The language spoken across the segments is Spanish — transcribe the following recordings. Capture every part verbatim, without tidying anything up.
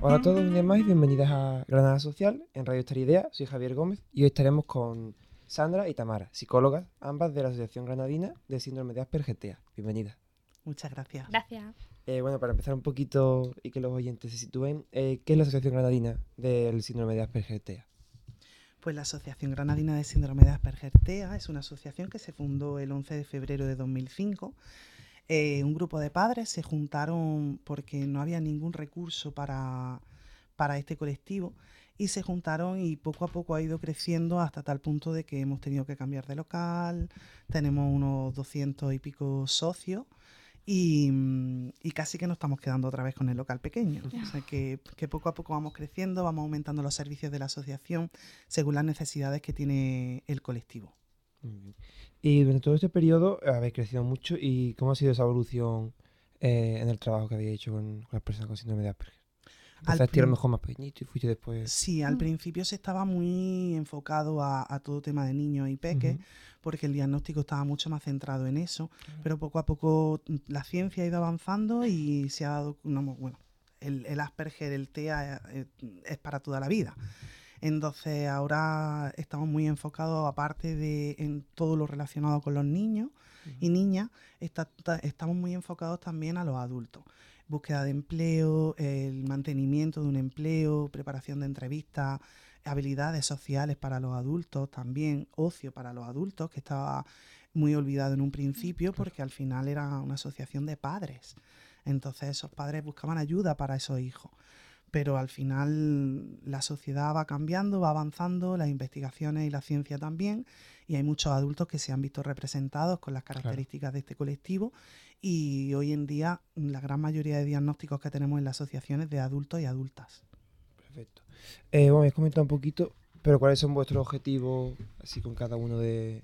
Hola a todos, un día más y bienvenidas a Granada Social en Radio Esta Idea. Soy Javier Gómez y hoy estaremos con Sandra y Tamara, psicólogas, ambas de la Asociación Granadina de Síndrome de Asperger T E A. Bienvenidas. Muchas gracias. Gracias. Eh, bueno, para empezar un poquito y que los oyentes se sitúen, eh, ¿qué es la Asociación Granadina del Síndrome de Asperger T E A? Pues la Asociación Granadina de Síndrome de Asperger T E A es una asociación que se fundó el once de febrero de dos mil cinco. Eh, un grupo de padres se juntaron porque no había ningún recurso para, para este colectivo y se juntaron y poco a poco ha ido creciendo hasta tal punto de que hemos tenido que cambiar de local, tenemos unos doscientos y pico socios y, y casi que nos estamos quedando otra vez con el local pequeño. O sea que, que poco a poco vamos creciendo, vamos aumentando los servicios de la asociación según las necesidades que tiene el colectivo. Muy bien. Y durante todo este periodo habéis crecido mucho. ¿Y cómo ha sido esa evolución eh, en el trabajo que habéis hecho con, con las personas con síndrome de Asperger? Al Empezaste a lo prin- mejor más pequeñito y fuiste después... Sí, al Mm. principio se estaba muy enfocado a, a todo tema de niños y peques, Ujú. porque el diagnóstico estaba mucho más centrado en eso, pero poco a poco mm, la ciencia ha ido avanzando y se ha dado, no, bueno, el, el Asperger, el T E A eh, es para toda la vida. Entonces ahora estamos muy enfocados, aparte de en todo lo relacionado con los niños y niñas, está- ta- estamos muy enfocados también a los adultos. Búsqueda de empleo, el mantenimiento de un empleo, preparación de entrevistas, habilidades sociales para los adultos también, ocio para los adultos, que estaba muy olvidado en un principio Claro. porque al final era una asociación de padres. Entonces esos padres buscaban ayuda para esos hijos. Pero al final la sociedad va cambiando, va avanzando, las investigaciones y la ciencia también, y hay muchos adultos que se han visto representados con las Claro. características de este colectivo, y hoy en día la gran mayoría de diagnósticos que tenemos en la asociación es de adultos y adultas. Perfecto. Eh, bueno, me has comentado un poquito, pero ¿cuáles son vuestros objetivos así con cada uno de, de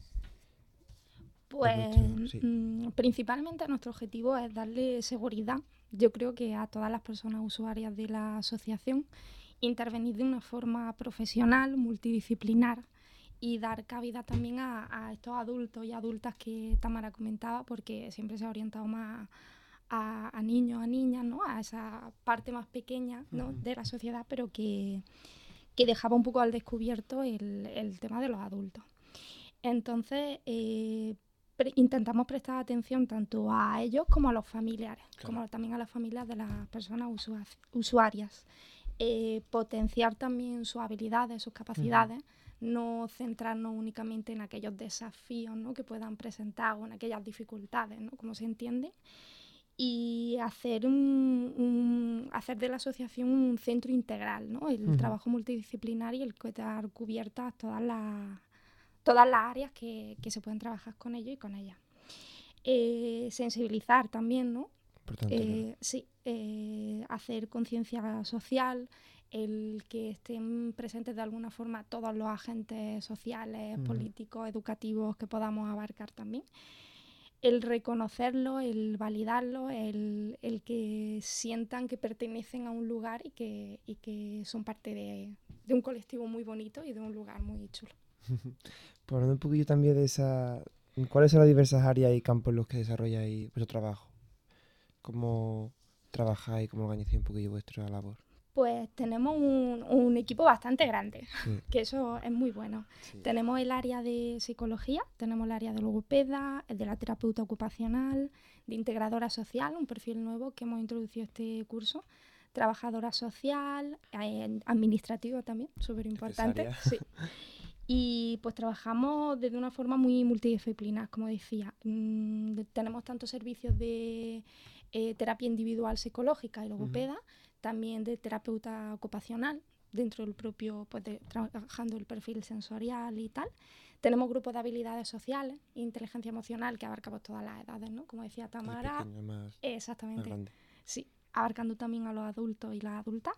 Pues vuestros... Sí, mm, principalmente nuestro objetivo es darle seguridad, yo creo que a todas las personas usuarias de la asociación, intervenir de una forma profesional, multidisciplinar y dar cabida también a, a estos adultos y adultas que Tamara comentaba, porque siempre se ha orientado más a, a niños, a niñas, ¿no? A esa parte más pequeña, ¿no? Ujú. de la sociedad, pero que, que dejaba un poco al descubierto el, el tema de los adultos. Entonces, eh, pre- intentamos prestar atención tanto a ellos como a los familiares, Claro. como también a las familias de las personas usua- usuarias. Eh, potenciar también sus habilidades, sus capacidades, no centrarnos únicamente en aquellos desafíos, ¿no? que puedan presentar o en aquellas dificultades, ¿no? como se entiende, y hacer, un, un- hacer de la asociación un centro integral, ¿no? el Ujú. trabajo multidisciplinar y el que dar cubiertas todas las todas las áreas que, que se pueden trabajar con ellos y con ellas. Eh, sensibilizar también, ¿no? Importante, claro. Eh, sí, eh, hacer conciencia social, el que estén presentes de alguna forma todos los agentes sociales, Ujú. políticos, educativos que podamos abarcar también. El reconocerlo, el validarlo, el, el que sientan que pertenecen a un lugar y que, y que son parte de, de un colectivo muy bonito y de un lugar muy chulo. Pues hablando un poquillo también de esa... ¿Cuáles son las diversas áreas y campos en los que desarrolláis vuestro trabajo? ¿Cómo trabajáis, cómo organizáis un poquillo vuestra labor? Pues tenemos un, un equipo bastante grande, Sí, que eso es muy bueno. sí. Tenemos el área de psicología, tenemos el área de logopeda, el de la terapeuta ocupacional, de integradora social, un perfil nuevo que hemos introducido este curso, trabajadora social, eh, administrativo también, súper importante. Necesaria. Sí. Y pues trabajamos desde una forma muy multidisciplinar, como decía. Mm, de- tenemos tantos servicios de eh, terapia individual psicológica y Ujú. logopeda, también de terapeuta ocupacional, dentro del propio, pues de- trabajando el perfil sensorial y tal. Tenemos grupos de habilidades sociales, inteligencia emocional, que abarcamos todas las edades, ¿no? Como decía El Tamara, pequeño, más, más exactamente, grande. sí, abarcando también a los adultos y las adultas.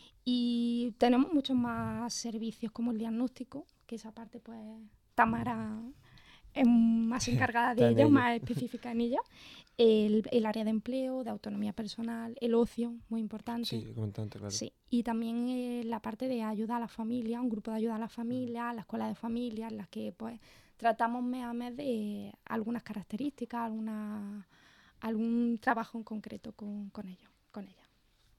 Y tenemos muchos más servicios como el diagnóstico, que esa parte pues Tamara es más encargada Está de en ello, ello. más específica en ella. El, el área de empleo, de autonomía personal, el ocio, muy importante. Sí, comentante, claro. Sí, y también eh, la parte de ayuda a la familia, un grupo de ayuda a la familia, la escuela de familia, en las que pues tratamos mes a mes de algunas características, alguna, algún trabajo en concreto con, con ellos, con ella.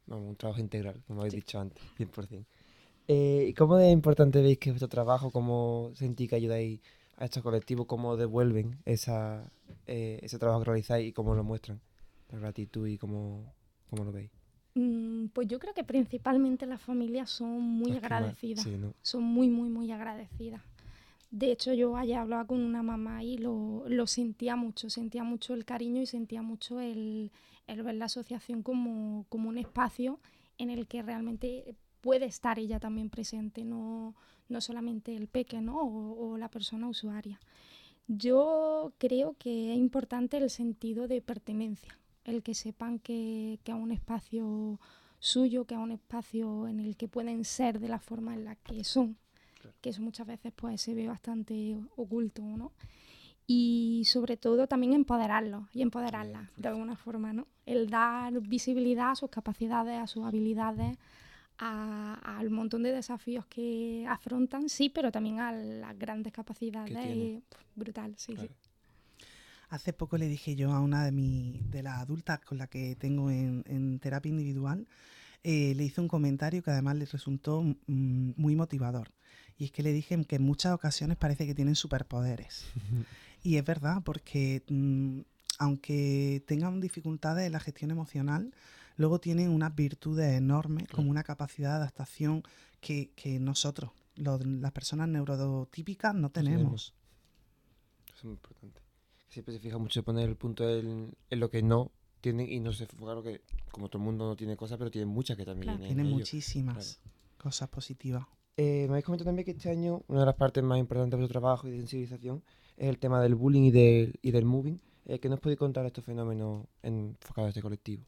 vamos, un trabajo integral, como habéis Sí. dicho antes, cien por ciento. Eh, ¿y cómo de importante veis que es vuestro trabajo? ¿Cómo sentís que ayudáis a estos colectivos? ¿Cómo devuelven esa, eh, ese trabajo que realizáis y cómo lo muestran? La gratitud y cómo, cómo lo veis. Mm, Pues yo creo que principalmente las familias son muy Las que más, agradecidas, sí, ¿no? son muy, muy, muy agradecidas. De hecho, yo ayer hablaba con una mamá y lo, lo sentía mucho, sentía mucho el cariño y sentía mucho el, el ver la asociación como, como un espacio en el que realmente puede estar ella también presente, no, no solamente el peque, ¿no? o, o la persona usuaria. Yo creo que es importante el sentido de pertenencia, el que sepan que, que es un espacio suyo, que es un espacio en el que pueden ser de la forma en la que son, Claro. que eso muchas veces pues se ve bastante oculto, ¿no? Y sobre todo también empoderarlos y empoderarlas Sí, de alguna forma, ¿no? El dar visibilidad a sus capacidades, a sus habilidades, a- al montón de desafíos que afrontan, sí, pero también a las grandes capacidades. que tienen. Y, pf, brutal, sí, Claro. sí. Hace poco le dije yo a una de, mi, de las adultas con las que tengo en, en terapia individual, eh, le hice un comentario que además le resultó mm, muy motivador. Y es que le dije que en muchas ocasiones parece que tienen superpoderes. Y es verdad, porque mm, aunque tengan dificultades en la gestión emocional, luego tienen unas virtudes enormes, Claro. como una capacidad de adaptación que, que nosotros, los- las personas neurotípicas, no No tenemos. Eso es muy importante. Siempre se fija mucho en poner el punto en, en lo que no tienen y no se enfoca en lo que, como todo el mundo no tiene cosas, pero tiene muchas que también Claro. tienen Tiene ellos. Claro. muchísimas cosas positivas. Eh, me habéis comentado también que este año una de las partes más importantes de vuestro trabajo y de sensibilización es el tema del bullying y del, y del moving. Eh, ¿Qué nos podéis contar de estos fenómenos enfocados a este colectivo?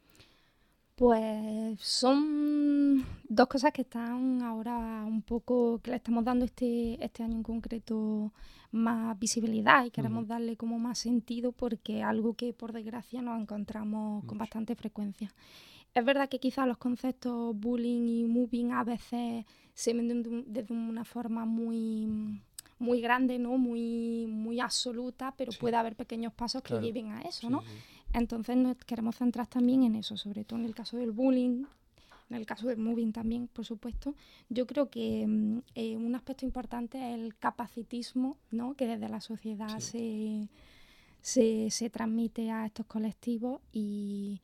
Pues son dos cosas que están ahora un poco, que le estamos dando este, este año en concreto más visibilidad y queremos Ujú. darle como más sentido porque es algo que por desgracia nos encontramos con Mucho. bastante frecuencia. Es verdad que quizás los conceptos bullying y moving a veces se venden de un- desde una forma muy, muy grande, ¿no? Muy, muy absoluta, pero Sí, puede haber pequeños pasos que claro. lleven a eso, Sí, ¿no? sí. Entonces nos queremos centrar también en eso, sobre todo en el caso del bullying, en el caso del moving también, por supuesto. Yo creo que mm, eh, un aspecto importante es el capacitismo, ¿no? Que desde la sociedad Sí. se, se, se transmite a estos colectivos y,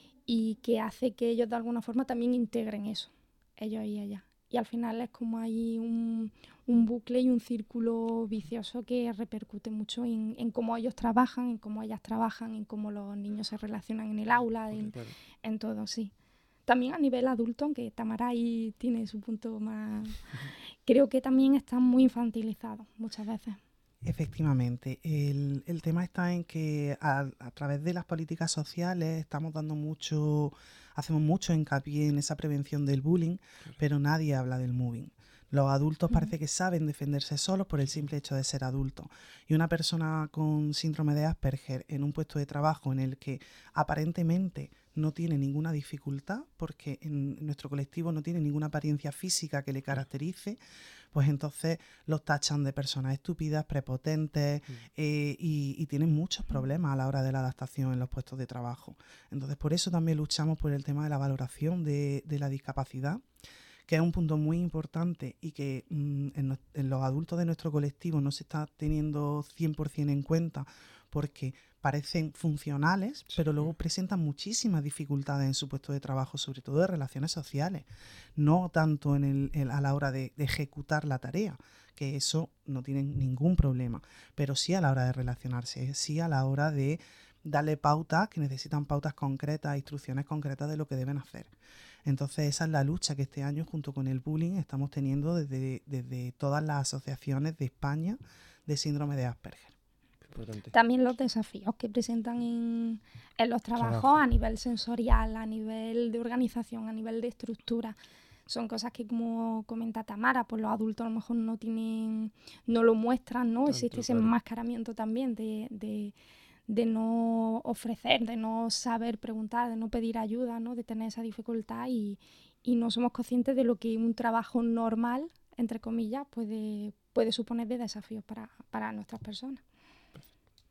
y que hace que ellos de alguna forma también integren eso, ellos y ellas. Y al final es como hay un, un bucle y un círculo vicioso que repercute mucho en, en cómo ellos trabajan, en cómo ellas trabajan, en cómo los niños se relacionan en el aula, Porque, en, claro. en todo, sí. También a nivel adulto, aunque Tamara ahí tiene su punto más... Creo que también están muy infantilizados muchas veces. Efectivamente, el, el tema está en que a, a través de las políticas sociales estamos dando mucho, hacemos mucho hincapié en esa prevención del bullying, Claro. pero nadie habla del moving. Los adultos Ujú. parece que saben defenderse solos por el simple hecho de ser adultos. Y una persona con síndrome de Asperger en un puesto de trabajo en el que aparentemente no tiene ninguna dificultad, porque en nuestro colectivo no tiene ninguna apariencia física que le Claro. caracterice, pues entonces los tachan de personas estúpidas, prepotentes Mm. eh, y, y tienen muchos problemas a la hora de la adaptación en los puestos de trabajo. Entonces por eso también luchamos por el tema de la valoración de, de la discapacidad, que es un punto muy importante y que mm, en, no- en los adultos de nuestro colectivo no se está teniendo cien por ciento en cuenta porque parecen funcionales, Sí, pero luego claro. presentan muchísimas dificultades en su puesto de trabajo, sobre todo de relaciones sociales, no tanto en el, en- a la hora de, de ejecutar la tarea, que eso no tienen ningún problema, pero sí a la hora de relacionarse, sí a la hora de darle pautas, que necesitan pautas concretas, instrucciones concretas de lo que deben hacer. Entonces esa es la lucha que este año junto con el bullying estamos teniendo desde, desde todas las asociaciones de España de síndrome de Asperger. Importante. También los desafíos que presentan en, en los trabajos Trabajo. a nivel sensorial, a nivel de organización, a nivel de estructura. Son cosas que, como comenta Tamara, pues los adultos a lo mejor no tienen, no lo muestran, ¿no? Existe Tanto, ese claro. enmascaramiento también de, de, de no ofrecer, de no saber preguntar, de no pedir ayuda, ¿no? De tener esa dificultad y, y no somos conscientes de lo que un trabajo normal, entre comillas, puede, puede suponer de desafíos para, para nuestras personas.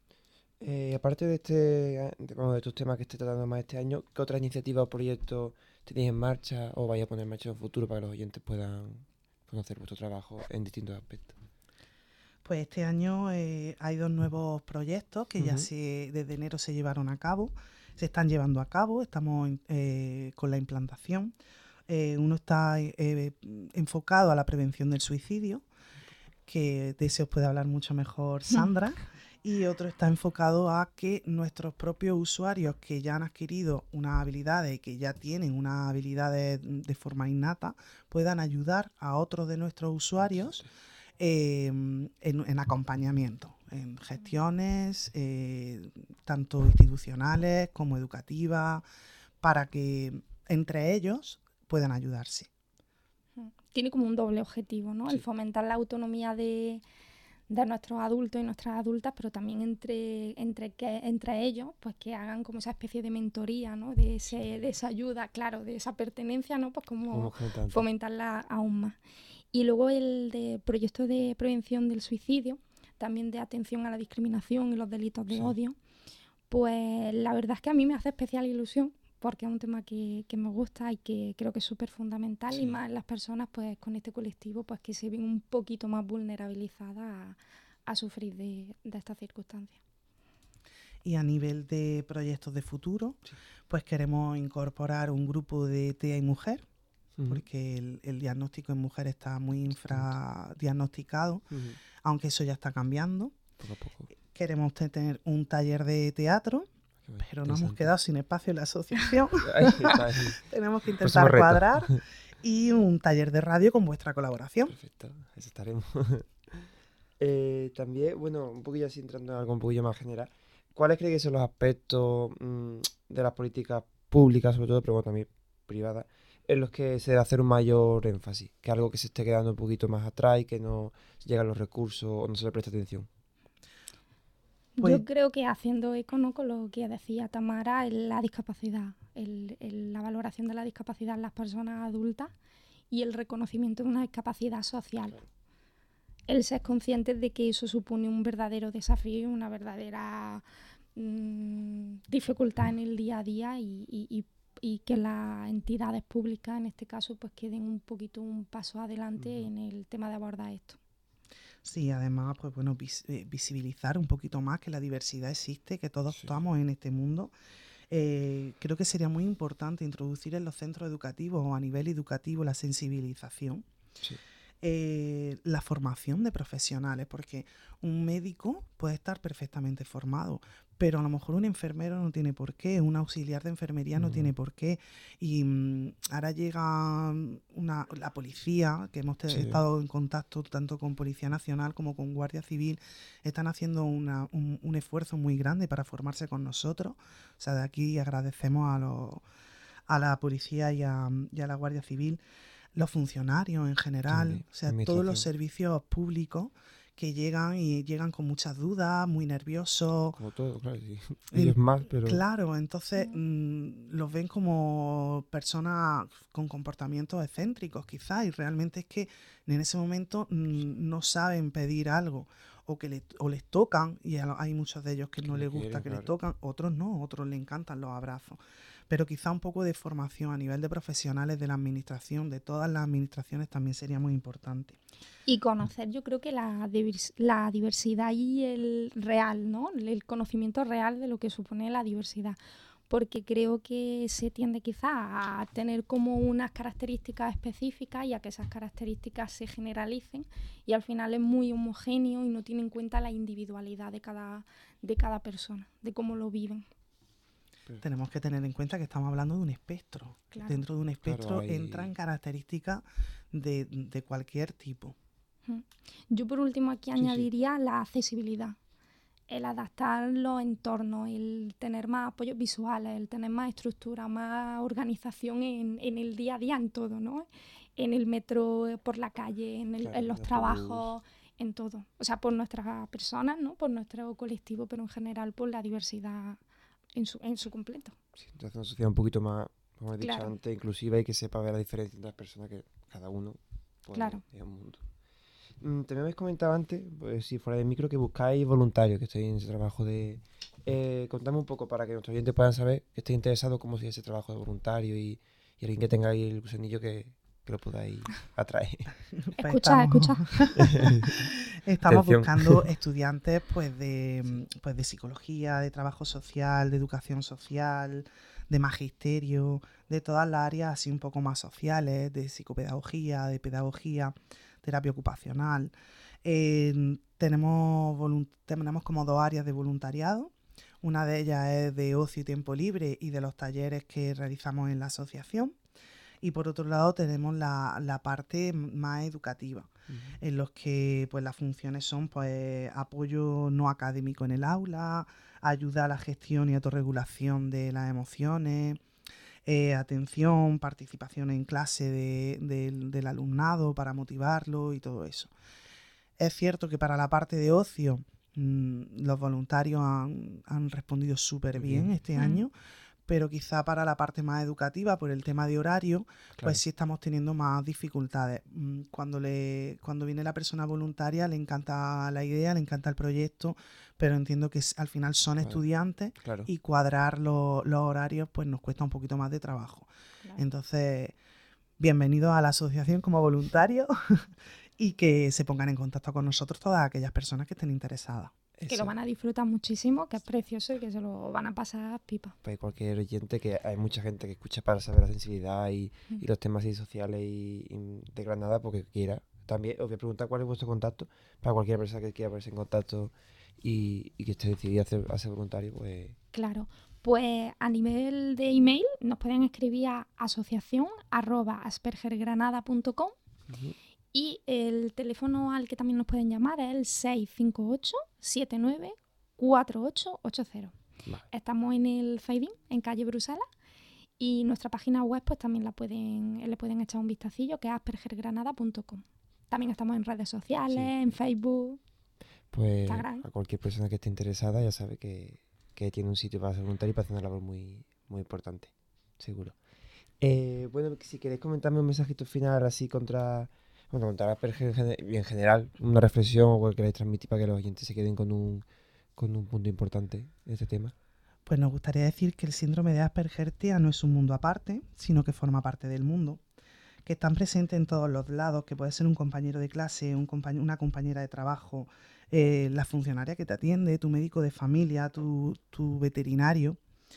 Eh, aparte de este, de, bueno, de estos temas que esté tratando más este año, ¿qué otras iniciativas o proyectos tenéis en marcha o vais a poner en marcha en el futuro para que los oyentes puedan conocer vuestro trabajo en distintos aspectos. Pues este año eh, hay dos nuevos proyectos que uh-huh. ya se, desde enero se llevaron a cabo, se están llevando a cabo, estamos eh, con la implantación. Eh, uno está eh, enfocado a la prevención del suicidio, que de ese os puede hablar mucho mejor Sandra, y otro está enfocado a que nuestros propios usuarios que ya han adquirido unas habilidades, que ya tienen unas habilidades de forma innata, puedan ayudar a otros de nuestros usuarios eh, en, en acompañamiento, en gestiones, eh, tanto institucionales como educativas, para que entre ellos puedan ayudarse. Tiene como un doble objetivo, ¿no? Sí. El fomentar la autonomía de, de nuestros adultos y nuestras adultas, pero también entre, entre, que, entre ellos, pues que hagan como esa especie de mentoría, ¿no? De, ese, de esa ayuda, claro, de esa pertenencia, ¿no? Pues como fomentarla aún más. Y luego el de proyecto de prevención del suicidio, también de atención a la discriminación y los delitos de sí. odio, pues la verdad es que a mí me hace especial ilusión, porque es un tema que, que me gusta y que creo que es súper fundamental, sí. y más las personas pues con este colectivo pues que se ven un poquito más vulnerabilizadas a, a sufrir de, de estas circunstancias. Y a nivel de proyectos de futuro, sí. pues queremos incorporar un grupo de T E A y mujer, uh-huh. porque el, el diagnóstico en mujer está muy infradiagnosticado, uh-huh. aunque eso ya está cambiando. Poco a poco. Queremos tener un taller de teatro, pero nos hemos quedado sin espacio en la asociación. Tenemos que intentar cuadrar. Y un taller de radio con vuestra colaboración. Perfecto, eso estaremos. eh, también, bueno, un poquillo así entrando en algo un poquillo más general, ¿cuáles creéis que son los aspectos mmm, de las políticas públicas, sobre todo, pero bueno, también privadas, en los que se debe hacer un mayor énfasis? Que algo que se esté quedando un poquito más atrás y que no llegan los recursos o no se le presta atención. Pues, yo creo que haciendo eco, ¿no?, con lo que decía Tamara, en la discapacidad, el, el, la valoración de la discapacidad en las personas adultas y el reconocimiento de una discapacidad social. Claro. El ser conscientes de que eso supone un verdadero desafío y una verdadera mmm, dificultad en el día a día y, y, y, y que las entidades públicas, en este caso, pues queden un poquito un paso adelante uh-huh. en el tema de abordar esto. Sí, además, pues bueno, vis- visibilizar un poquito más que la diversidad existe, que todos sí. estamos en este mundo. Eh, creo que sería muy importante introducir en los centros educativos o a nivel educativo la sensibilización, sí. eh, la formación de profesionales, porque un médico puede estar perfectamente formado, pero a lo mejor un enfermero no tiene por qué, un auxiliar de enfermería no uh-huh. tiene por qué. Y um, ahora llega una, la policía, que hemos te, sí. estado en contacto tanto con Policía Nacional como con Guardia Civil, están haciendo una, un, un esfuerzo muy grande para formarse con nosotros. O sea, de aquí agradecemos a, los, a la policía y a, y a la Guardia Civil, los funcionarios en general, sí, o sea, todos los servicios públicos que llegan y llegan con muchas dudas, muy nerviosos. Como todo, claro, sí. Y es más, pero... Claro, entonces mmm, los ven como personas con comportamientos excéntricos quizás, y realmente es que en ese momento mmm, no saben pedir algo, o que le, o les tocan, y hay muchos de ellos que no les gusta quieren, que claro. les tocan, otros no, otros les encantan los abrazos. Pero quizá un poco de formación a nivel de profesionales de la administración, de todas las administraciones, también sería muy importante. Y conocer, yo creo que la, divers- la diversidad y el real, ¿no? El conocimiento real de lo que supone la diversidad. Porque creo que se tiende quizá a tener como unas características específicas y a que esas características se generalicen, y al final es muy homogéneo y no tiene en cuenta la individualidad de cada, de cada persona, de cómo lo viven. Tenemos que tener en cuenta que estamos hablando de un espectro. Claro. Dentro de un espectro claro, hay... entran características de, de cualquier tipo. Yo por último aquí sí, añadiría sí. la accesibilidad, el adaptar los entornos, el tener más apoyos visuales, el tener más estructura, más organización en, en el día a día, en todo, ¿no? En el metro, por la calle, en, el, claro, en los trabajos, en todo. O sea, por nuestras personas, ¿no? Por nuestro colectivo, pero en general por la diversidad en su, en su completo. Sí, entonces una sociedad un poquito más, como he dicho claro. antes, inclusiva, y que sepa ver la diferencia entre las personas, que cada uno puede claro. ir a un mundo. Mm, también habéis comentado antes, pues si fuera de micro, que buscáis voluntarios que estéis en ese trabajo de... Eh, contadme un poco para que nuestros oyentes puedan saber que estéis interesados cómo sería ese trabajo de voluntario y, y alguien que tenga ahí el gusanillo que, que lo podáis atraer. Pues Escucha, estamos- escucha. Estamos Atención. buscando estudiantes pues de, pues de psicología, de trabajo social, de educación social, de magisterio, de todas las áreas así un poco más sociales, de psicopedagogía, de pedagogía, terapia ocupacional. Eh, tenemos, volun- tenemos como dos áreas de voluntariado. Una de ellas es de ocio y tiempo libre y de los talleres que realizamos en la asociación. Y por otro lado tenemos la, la parte más educativa, en los que pues las funciones son pues apoyo no académico en el aula, ayuda a la gestión y autorregulación de las emociones, eh, atención, participación en clase de- del- del alumnado para motivarlo y todo eso. Es cierto que para la parte de ocio mm, los voluntarios han, han respondido súper Muy bien bien. este Mm. año, pero quizá para la parte más educativa, por el tema de horario, Claro. pues sí estamos teniendo más dificultades. Mm, Cuando, le, cuando viene la persona voluntaria le encanta la idea, le encanta el proyecto, pero entiendo que s- al final son Claro. estudiantes Claro. y cuadrar lo- los horarios pues nos cuesta un poquito más de trabajo. Claro. Entonces, bienvenidos a la asociación como voluntarios y que se pongan en contacto con nosotros todas aquellas personas que estén interesadas. Que Eso. lo van a disfrutar muchísimo, que es precioso y que se lo van a pasar pipa. Pues cualquier oyente, que hay mucha gente que escucha para saber la sensibilidad y, Mm. y los temas así sociales y, y de Granada, porque quiera. También os voy a preguntar cuál es vuestro contacto para cualquier persona que quiera ponerse en contacto y, y que esté decidida a ser, a ser voluntario, pues Claro, pues a nivel de email nos pueden escribir a asociación arroba aspergergranada punto com ujú. y el teléfono al que también nos pueden llamar es el seis cinco ocho siete nueve cuatro ocho ocho cero. Vale. Estamos en el Zaidín, en calle Bruselas, y nuestra página web pues también la pueden, le pueden echar un vistacillo, que es aspergergranada punto com. También estamos en redes sociales, Sí. en Facebook. Pues Instagram. a cualquier persona que esté interesada ya sabe que, que tiene un sitio para ser voluntario y para hacer una labor muy, muy importante, seguro. Eh, bueno, si queréis comentarme un mensajito final así contra, bueno, contra la Asperger en, gene- y en general, una reflexión o algo que queráis transmitir para que los oyentes se queden con un, con un punto importante en este tema. Pues nos gustaría decir que el síndrome de Asperger-TEA no es un mundo aparte, sino que forma parte del mundo, que están presentes en todos los lados, que puede ser un compañero de clase, un compañ- una compañera de trabajo, eh, la funcionaria que te atiende, tu médico de familia, tu, tu veterinario,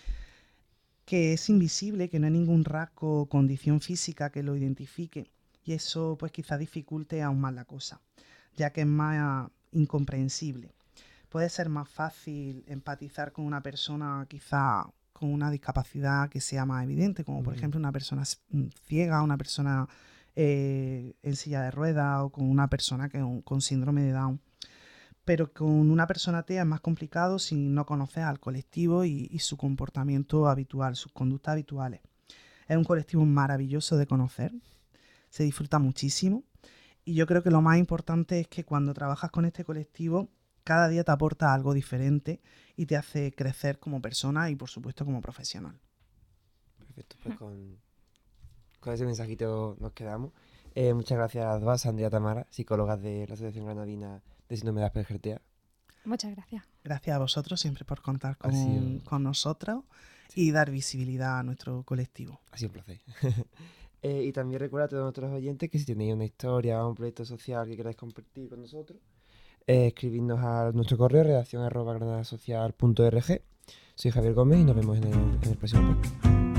que es invisible, que no hay ningún rasgo o condición física que lo identifique, y eso pues quizá dificulte aún más la cosa, ya que es más incomprensible. Puede ser más fácil empatizar con una persona quizá con una discapacidad que sea más evidente, como por Ujú. ejemplo una persona s- mm, ciega, una persona eh, en silla de ruedas o con una persona que, con síndrome de Down. Pero con una persona TEA es más complicado si no conoces al colectivo y, y su comportamiento habitual, sus conductas habituales. Es un colectivo maravilloso de conocer, se disfruta muchísimo y yo creo que lo más importante es que cuando trabajas con este colectivo, cada día te aporta algo diferente y te hace crecer como persona y por supuesto como profesional. Perfecto, pues con, con ese mensajito nos quedamos. Eh, muchas gracias a las dos, Sandra y a Tamara, psicólogas de la Asociación Granadina de Síndrome de Asperger-TEA. Muchas gracias. Gracias a vosotros siempre por contar Ha sido- con, con nosotros y dar visibilidad a nuestro colectivo. Ha sido un placer. Eh, y también recuerda a todos nuestros oyentes que si tenéis una historia o un proyecto social que queráis compartir con nosotros, eh, escribidnos a nuestro correo redacción arroba granadasocial punto org. Soy Javier Gómez y nos vemos en el, en el próximo podcast.